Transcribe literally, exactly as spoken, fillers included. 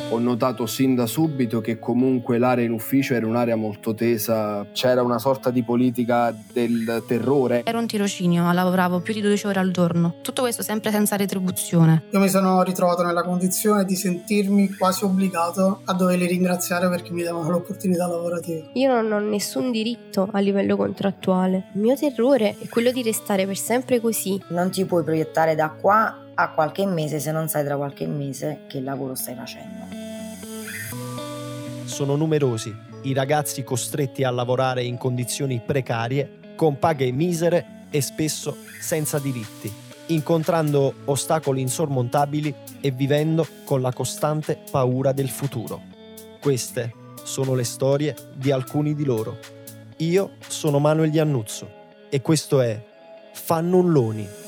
Ho notato sin da subito che comunque l'area in ufficio era un'area molto tesa, c'era una sorta di politica del terrore. Era un tirocinio, lavoravo più di dodici ore al giorno, tutto questo sempre senza retribuzione. Io mi sono ritrovato nella condizione di sentirmi quasi obbligato a doverli ringraziare perché mi davano l'opportunità lavorativa. Io non ho nessun diritto a livello contrattuale. Il mio terrore è quello di restare per sempre così. Non ti puoi proiettare da qua a qualche mese se non sai tra qualche mese che lavoro stai facendo. Sono numerosi i ragazzi costretti a lavorare in condizioni precarie, con paghe misere e spesso senza diritti, incontrando ostacoli insormontabili e vivendo con la costante paura del futuro. Queste sono le storie di alcuni di loro. Io sono Manuel Iannuzzo e questo è Fannulloni.